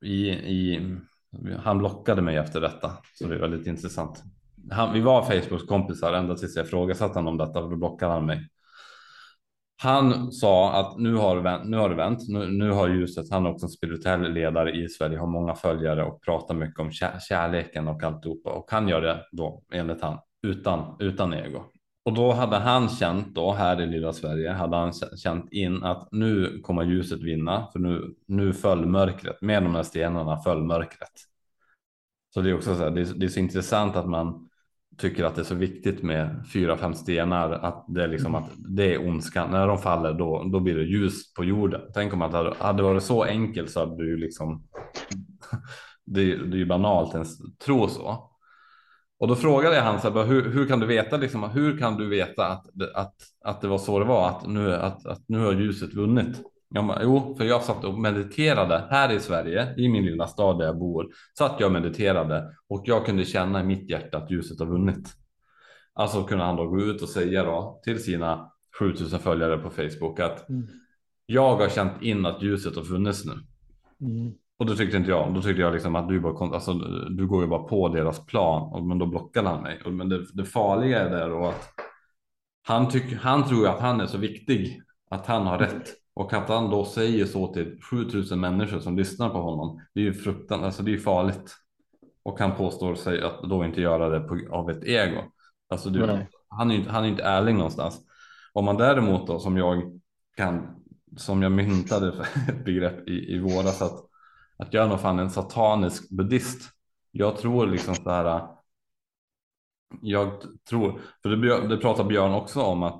han blockade mig efter detta. Så det är väldigt intressant. Vi var Facebooks kompisar ända tills jag frågasatte honom om detta och då blockade han mig. Han sa att nu har det vänt. Nu har ljuset, han är också en spirituell ledare i Sverige, har många följare och pratar mycket om kärleken och alltihopa. Och han gör det då, enligt han, utan ego. Och då hade han känt då, här i lilla Sverige, hade han känt in att nu kommer ljuset vinna. För nu föll mörkret, med de här stenarna föll mörkret. Så det är också så här, det är så intressant att man tycker att det är så viktigt med 4-5 stenar, att det är liksom att det är ondskan. När de faller då blir det ljus på jorden. Tänk om att det hade varit så enkelt så hade du ju liksom det är ju banalt ens tro så. Och då frågade jag han så här, hur kan du veta liksom, hur kan du veta att det var så det var, att nu har ljuset vunnit? Jo, för jag satt och mediterade här i Sverige, i min lilla stad där jag bor. Satt jag och mediterade och jag kunde känna i mitt hjärta att ljuset har vunnit. Alltså kunde han då gå ut och säga då till sina 7000 följare på Facebook att jag har känt in att ljuset har funnits nu. Mm. Och då tyckte inte jag. Då tyckte jag liksom att alltså, du går ju bara på deras plan. Men då blockade han mig. Men det farliga är där då att han tror ju att han är så viktig. Att han har rätt. Och att han då säger så till 7000 människor som lyssnar på honom. Det är ju fruktansvärt. Alltså det är ju farligt. Och han påstår sig att då inte göra det av ett ego. Alltså han är inte ärlig någonstans. Om man däremot då som jag myntade ett begrepp i våras att jag är nog fan en satanisk buddhist. Jag tror liksom så här. Jag tror, för det pratar Björn också om att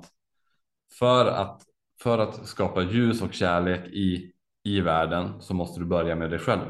för att skapa ljus och kärlek i världen så måste du börja med dig själv.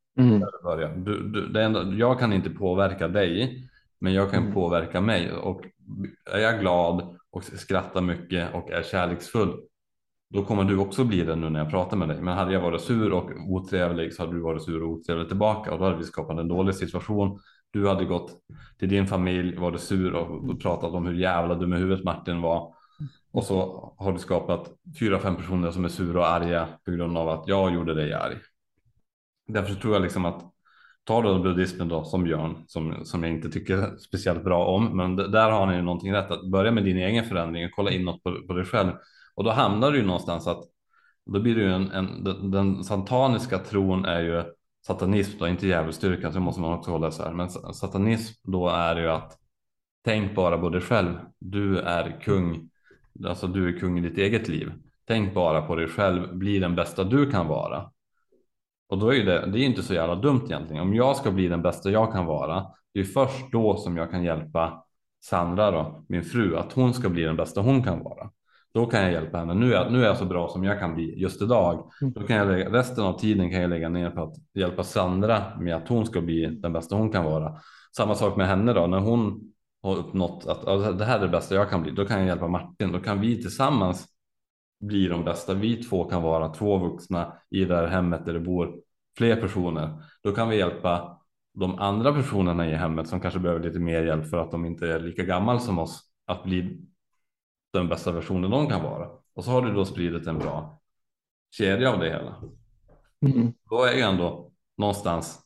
Det enda, jag kan inte påverka dig, men jag kan påverka mig. Och är jag glad och skrattar mycket och är kärleksfull, då kommer du också bli det nu när jag pratar med dig. Men hade jag varit sur och otrevlig så hade du varit sur och otrevlig tillbaka och då hade vi skapat en dålig situation. Du hade gått till din familj, varit sur och pratat om hur jävla dum i huvudet Martin var. Och så har du skapat 4-5 personer som är sura och arga på grund av att jag gjorde dig arg. Därför tror jag liksom att tar du buddhismen då som Björn, som jag inte tycker speciellt bra om, men där har ni ju någonting rätt, att börja med din egen förändring och kolla inåt på dig själv. Och då hamnar du ju någonstans att då blir det ju den sataniska tron är ju satanism då, inte djävulsdyrkan, så måste man också hålla så här. Men satanism då är ju att tänk bara på dig själv. Du är kung, alltså du är kung i ditt eget liv. Tänk bara på dig själv, bli den bästa du kan vara. Och då är det är inte så jävla dumt egentligen. Om jag ska bli den bästa jag kan vara, det är först då som jag kan hjälpa Sandra då, min fru, att hon ska bli den bästa hon kan vara. Då kan jag hjälpa henne. Nu är jag så bra som jag kan bli just idag. Då kan jag resten av tiden kan jag lägga ner på att hjälpa Sandra med att hon ska bli den bästa hon kan vara. Samma sak med henne då, när hon har uppnått att det här är det bästa jag kan bli. Då kan jag hjälpa Martin. Då kan vi tillsammans bli de bästa. Vi två kan vara 2 vuxna i det här hemmet där det bor fler personer. Då kan vi hjälpa de andra personerna i hemmet som kanske behöver lite mer hjälp för att de inte är lika gammal som oss att bli den bästa versionen de kan vara. Och så har du då spridit en bra kedja av det hela. Då är ju ändå någonstans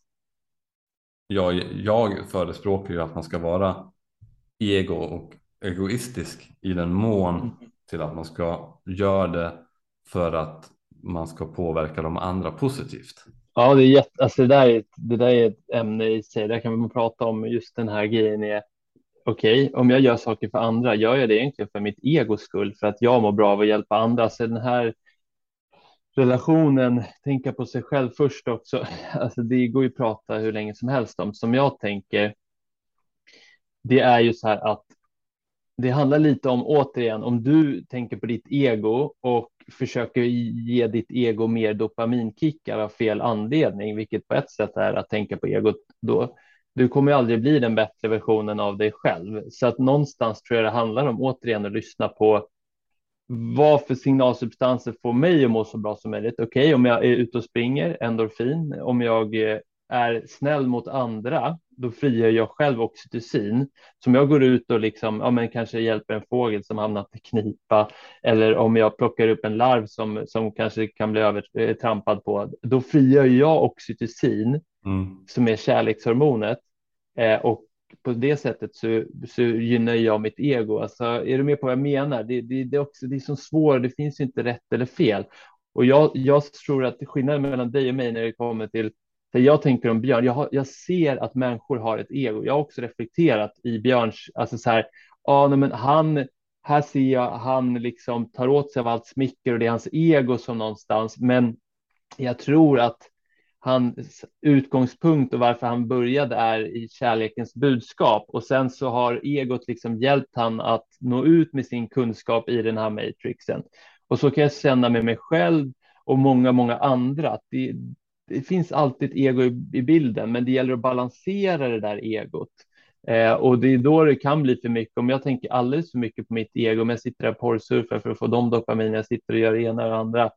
jag förespråkar ju att man ska vara ego och egoistisk i den mån till att man ska göra det för att man ska påverka de andra positivt. Ja, alltså det där är ett ämne i sig. Där kan man prata om just den här grejen är okej, om jag gör saker för andra, gör jag det egentligen för mitt egos skull, för att jag mår bra av att hjälpa andra. Så den här relationen, tänka på sig själv först också. Alltså det går ju att prata hur länge som helst om. Som jag tänker, det är ju så här att det handlar lite om, återigen, om du tänker på ditt ego och försöker ge ditt ego mer dopaminkickar av fel anledning, vilket på ett sätt är att tänka på egot, då du kommer ju aldrig bli den bättre versionen av dig själv. Så att någonstans tror jag det handlar om, återigen, att lyssna på vad för signalsubstanser får mig att må så bra som möjligt. Okej, om jag är ute och springer, endorfin. Om jag är snäll mot andra, då frigör jag själv oxytocin. Som jag går ut och liksom, ja, men kanske hjälper en fågel som hamnat i knipa, eller om jag plockar upp en larv som kanske kan bli övertrampad på, då frigör jag oxytocin som är kärlekshormonet, och på det sättet så gynnar jag mitt ego. Alltså, är du med på vad jag menar? Det är så svårt, det finns ju inte rätt eller fel. Och jag tror att skillnaden mellan dig och mig när det kommer till det jag tänker om Björn, jag ser att människor har ett ego. Jag har också reflekterat i Björns, alltså så här, nej, men här ser jag, han liksom tar åt sig av allt smicker och det är hans ego som någonstans, men jag tror att hans utgångspunkt och varför han började är i kärlekens budskap, och sen så har egot liksom hjälpt han att nå ut med sin kunskap i den här matrixen. Och så kan jag känna med mig själv och många andra att det finns alltid ett ego i bilden, men det gäller att balansera det där egot. Och det är då det kan bli för mycket. Om jag tänker alldeles för mycket på mitt ego, om jag sitter där och porrsurfar för att få de dopamin, jag sitter och gör det ena och det andra,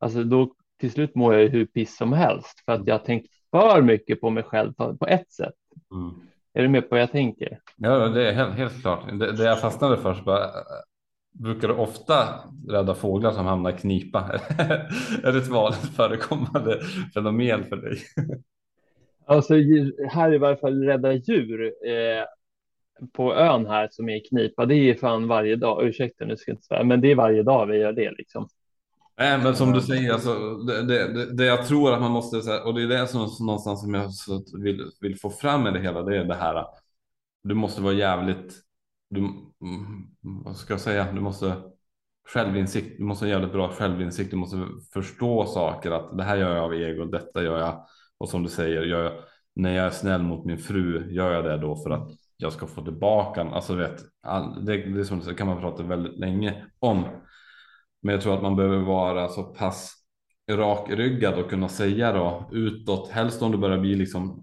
alltså då till slut mår jag ju hur piss som helst för att jag har tänkt för mycket på mig själv på ett sätt. Mm. Är du med på vad jag tänker? Ja, det är helt klart. Det jag fastnade för så bara, brukar du ofta rädda fåglar som hamnar i knipa? Är det ett vanligt förekommande fenomen för dig? Alltså här i varje fall rädda djur på ön här som är i knipa. Det är fan varje dag. Ursäkta nu ska jag inte svära, men det är varje dag vi gör det liksom. Nej, men som du Eh, säger, alltså, det jag tror att man måste, så här, och det är det som någonstans som jag vill få fram med det hela, det är det här. Du måste vara jävligt, vad ska jag säga, du måste självinsikt, du måste ha jävligt bra självinsikt, du måste förstå saker, att det här gör jag av ego, detta gör jag, och som du säger, när jag är snäll mot min fru, gör jag det då för att jag ska få tillbaka, alltså vet, det är som du säger, kan man prata väldigt länge om, men jag tror att man behöver vara så pass rakryggad och kunna säga då utåt, helst om du börjar bli liksom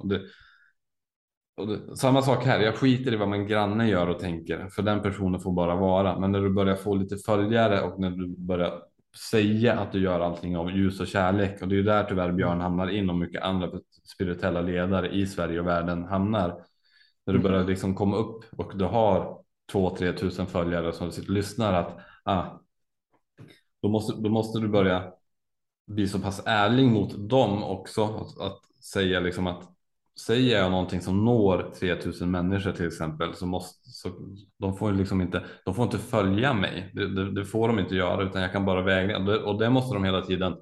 samma sak här, jag skiter i vad min granne gör och tänker, för den personen får bara vara. Men när du börjar få lite följare och när du börjar säga att du gör allting av ljus och kärlek, och det är ju där tyvärr Björn hamnar in och mycket andra spirituella ledare i Sverige och världen hamnar. När du börjar liksom komma upp och du har 2-3 tusen följare som sitter och lyssnar, att då måste du börja bli så pass ärlig mot dem också, att säga liksom att säger jag någonting som når 3000 människor till exempel, så de får liksom inte, de får inte följa mig. Det får de inte göra, utan jag kan bara vägleda, och det måste de hela tiden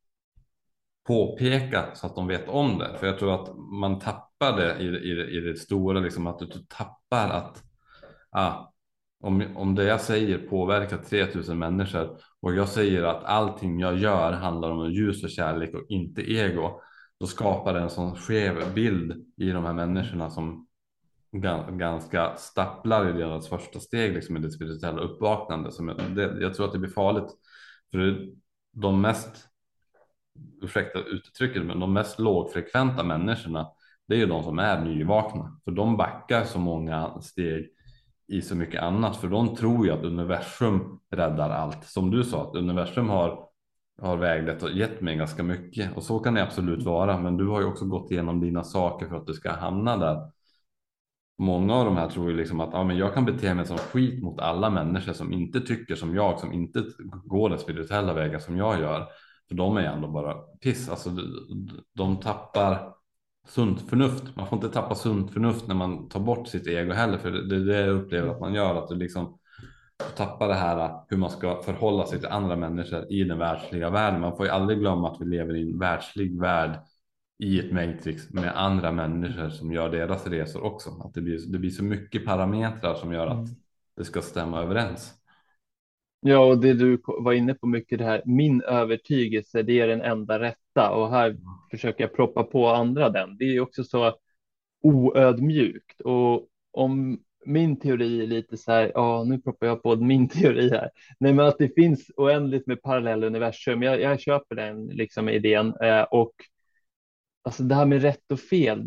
påpeka så att de vet om det. För jag tror att man tappar det i det stora, liksom att du tappar att om det jag säger påverkar 3000 människor och jag säger att allting jag gör handlar om ljus och kärlek och inte ego, då skapar det en sån skev bild i de här människorna som ganska stapplar i deras första steg liksom, i det spirituella uppvaknande. Jag tror att det blir farligt, för de mest, ursäkta uttrycket, men de mest lågfrekventa människorna, det är ju de som är nyvakna, för de backar så många steg i så mycket annat, för de tror ju att universum räddar allt. Som du sa, att universum har väglett och gett mig ganska mycket, och så kan det absolut vara, men du har ju också gått igenom dina saker för att du ska hamna där. Många av de här tror ju liksom att men jag kan bete mig som skit mot alla människor som inte tycker som jag, som inte går den spirituella vägen som jag gör, för de är ändå bara piss. Alltså de tappar sunt förnuft. Man får inte tappa sunt förnuft när man tar bort sitt ego heller, för det är det jag upplever att man gör, att du liksom tappar det här hur man ska förhålla sig till andra människor i den världsliga världen. Man får ju aldrig glömma att vi lever i en världslig värld i ett matrix med andra människor som gör deras resor också. Att det blir så mycket parametrar som gör att det ska stämma överens. Ja, och det du var inne på mycket, det här, min övertygelse, det är den enda rätta. Och här försöker jag proppa på andra den. Det är också så oödmjukt. Och om min teori är lite så här, ja, nu proppar jag på min teori här. Nej, men att det finns oändligt med parallella universum. Jag köper den liksom idén. Och alltså det här med rätt och fel,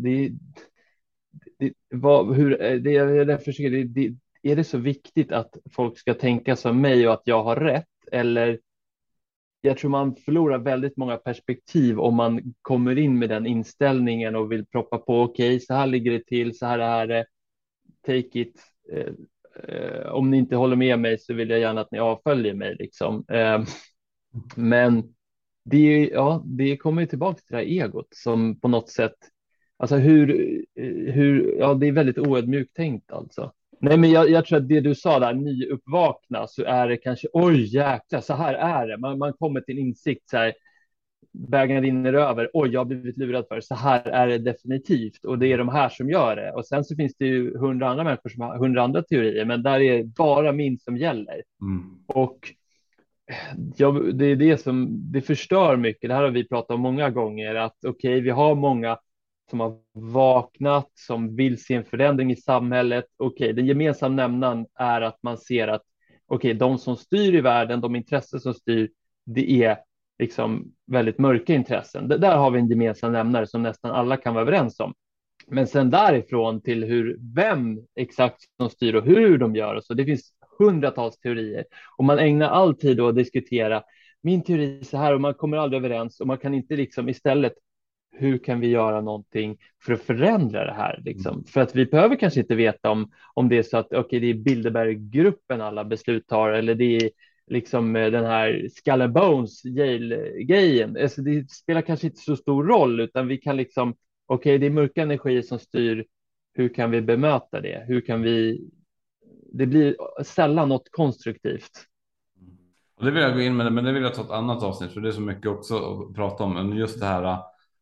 är det så viktigt att folk ska tänka som mig och att jag har rätt? Eller jag tror man förlorar väldigt många perspektiv om man kommer in med den inställningen och vill proppa på, okej, så här ligger det till, så här är det, take it. Om ni inte håller med mig så vill jag gärna att ni avföljer mig liksom. Men det kommer ju tillbaka till det här egot som på något sätt, alltså ja, det är väldigt oödmjukt tänkt alltså. Nej, men jag tror att det du sa där, nyuppvakna, så är det kanske, oj jäklar, så här är det. Man kommer till insikt, så här, bägaren rinner över, oj, jag har blivit lurad för, så här är det definitivt, och det är de här som gör det. Och sen så finns det ju 100 andra människor som har 100 andra teorier, men där är det bara min som gäller. Och det är det som det förstör mycket. Det här har vi pratat om många gånger, att okej, vi har många som har vaknat, som vill se en förändring i samhället. Okej, den gemensamma nämnaren är att man ser att okej, de som styr i världen, de intressen som styr, det är liksom väldigt mörka intressen. Där har vi en gemensam nämnare som nästan alla kan vara överens om. Men sen därifrån till vem exakt som styr och hur de gör, och så det finns hundratals teorier, och man ägnar all tid att diskutera min teori är så här, och man kommer aldrig överens och man kan inte liksom istället, hur kan vi göra någonting för att förändra det här? Liksom? För att vi behöver kanske inte veta om det är så att okay, det är Bilderberggruppen alla beslut tar, eller det är liksom den här Skull and Bones Yale-grejen. Alltså, det spelar kanske inte så stor roll, utan vi kan liksom, okej, det är mörka energier som styr, hur kan vi bemöta det? Hur kan vi, det blir sällan något konstruktivt. Och det vill jag gå in med, men det vill jag ta ett annat avsnitt, för det är så mycket också att prata om. Men just det här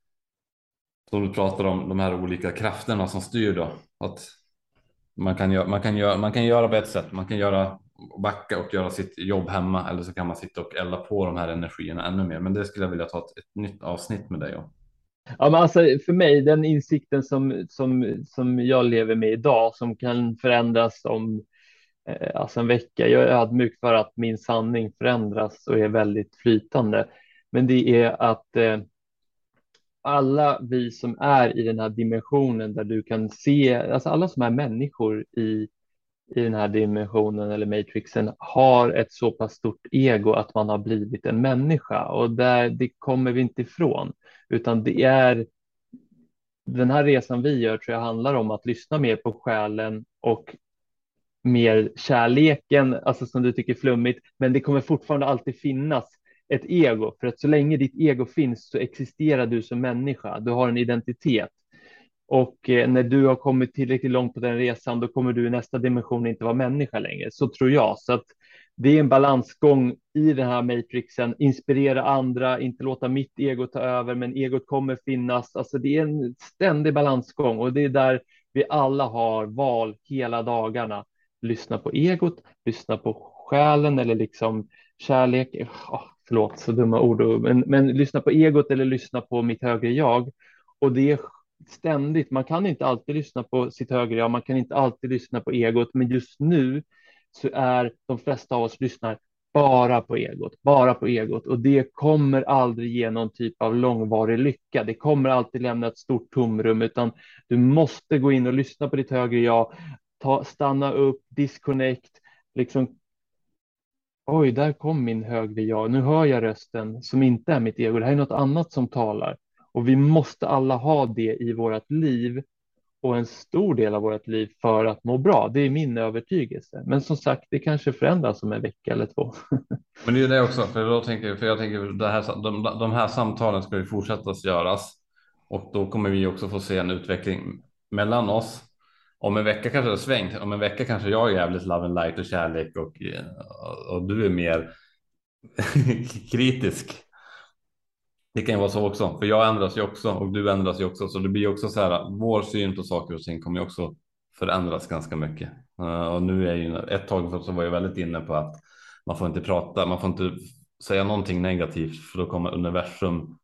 som du pratar om, de här olika krafterna som styr då. Att man kan göra på ett sätt. Man kan backa och göra sitt jobb hemma, eller så kan man sitta och elda på de här energierna ännu mer. Men det skulle jag vilja ta ett nytt avsnitt med dig om. Ja, men alltså för mig, den insikten som jag lever med idag, som kan förändras om alltså en vecka. Jag är ödmjuk för att min sanning förändras och är väldigt flytande. Men det är att alla vi som är i den här dimensionen där du kan se, alltså alla som är människor i den här dimensionen eller matrixen har ett så pass stort ego att man har blivit en människa, och det kommer vi inte ifrån, utan det är den här resan vi gör, tror jag handlar om att lyssna mer på själen och mer kärleken, alltså som du tycker är flummigt, men det kommer fortfarande alltid finnas ett ego, för att så länge ditt ego finns så existerar du som människa, du har en identitet. Och när du har kommit tillräckligt långt på den resan, då kommer du i nästa dimension inte vara människa längre. Så tror jag. Så att det är en balansgång i den här matrixen. Inspirera andra, inte låta mitt ego ta över, men egot kommer finnas. Alltså det är en ständig balansgång, och det är där vi alla har val hela dagarna. Lyssna på egot, lyssna på själen eller liksom kärlek. Förlåt, så dumma ord. Men lyssna på egot eller lyssna på mitt högre jag. Och det är ständigt, man kan inte alltid lyssna på sitt högre jag, man kan inte alltid lyssna på egot, men just nu så är de flesta av oss lyssnar bara på egot, och det kommer aldrig ge någon typ av långvarig lycka. Det kommer alltid lämna ett stort tomrum, utan du måste gå in och lyssna på ditt högre jag, stanna upp, disconnect, liksom, oj, där kom min högre jag, nu hör jag rösten som inte är mitt ego, det här är något annat som talar. Och vi måste alla ha det i vårt liv, och en stor del av vårt liv, för att må bra. Det är min övertygelse. Men som sagt, det kanske förändras om en vecka eller två. Men det är det också, för jag tänker det här, de här samtalen ska ju fortsätta att göras, och då kommer vi också få se en utveckling mellan oss. Om en vecka kanske det svängt, om en vecka kanske jag är jävligt love and light och kärlek, och du är mer kritisk. Det kan ju vara så också, för jag ändras ju också och du ändras ju också, så det blir också så här, vår syn på saker och ting kommer ju också förändras ganska mycket. Och nu är ju ett tag så var jag väldigt inne på att man får inte prata, man får inte säga någonting negativt, för då kommer universum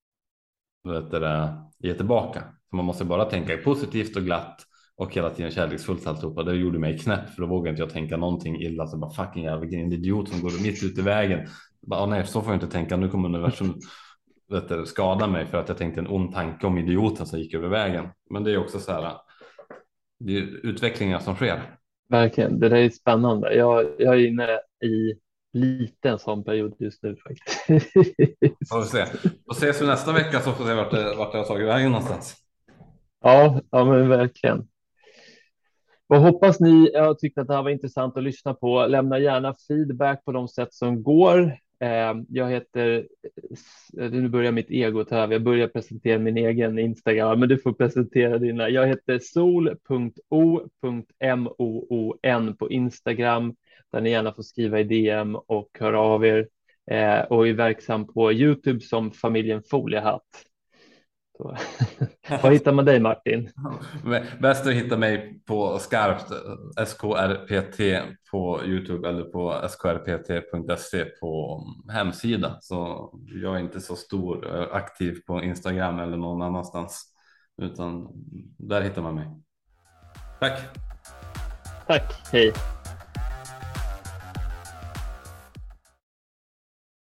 ge tillbaka. Så man måste bara tänka positivt och glatt och hela tiden kärleksfullt alltihopa. Det gjorde mig knäpp, för då vågade inte jag tänka någonting illa, så bara fucking jävla vilken idiot som går mitt ut i vägen. Bara, nej, så får jag inte tänka, nu kommer universum skada mig för att jag tänkte en ond tanke om idioten som gick över vägen. Men det är också så här, det är utvecklingar som sker. Verkligen, det där är spännande. Jag är inne i lite en sån period just nu faktiskt. Får vi se. Då ses vi nästa vecka, så får vi se vart jag har tagit vägen någonstans. Ja, men verkligen. Vad hoppas ni har tyckt att det här var intressant att lyssna på. Lämna gärna feedback på de sätt som går. Jag heter, nu börjar mitt ego ta över. Jag börjar presentera min egen Instagram, men du får presentera dina. Jag heter sol.o.moon på Instagram, där ni gärna får skriva i DM och höra av er. Och är verksam på YouTube som familjen Foliehatt. Var hittar man dig, Martin? Bäst att hitta mig på Skarpt, SKRPT på YouTube, eller på skrpt.se på hemsida. Så jag är inte så stor aktiv på Instagram eller någon annanstans, utan där hittar man mig. Tack! Tack, hej!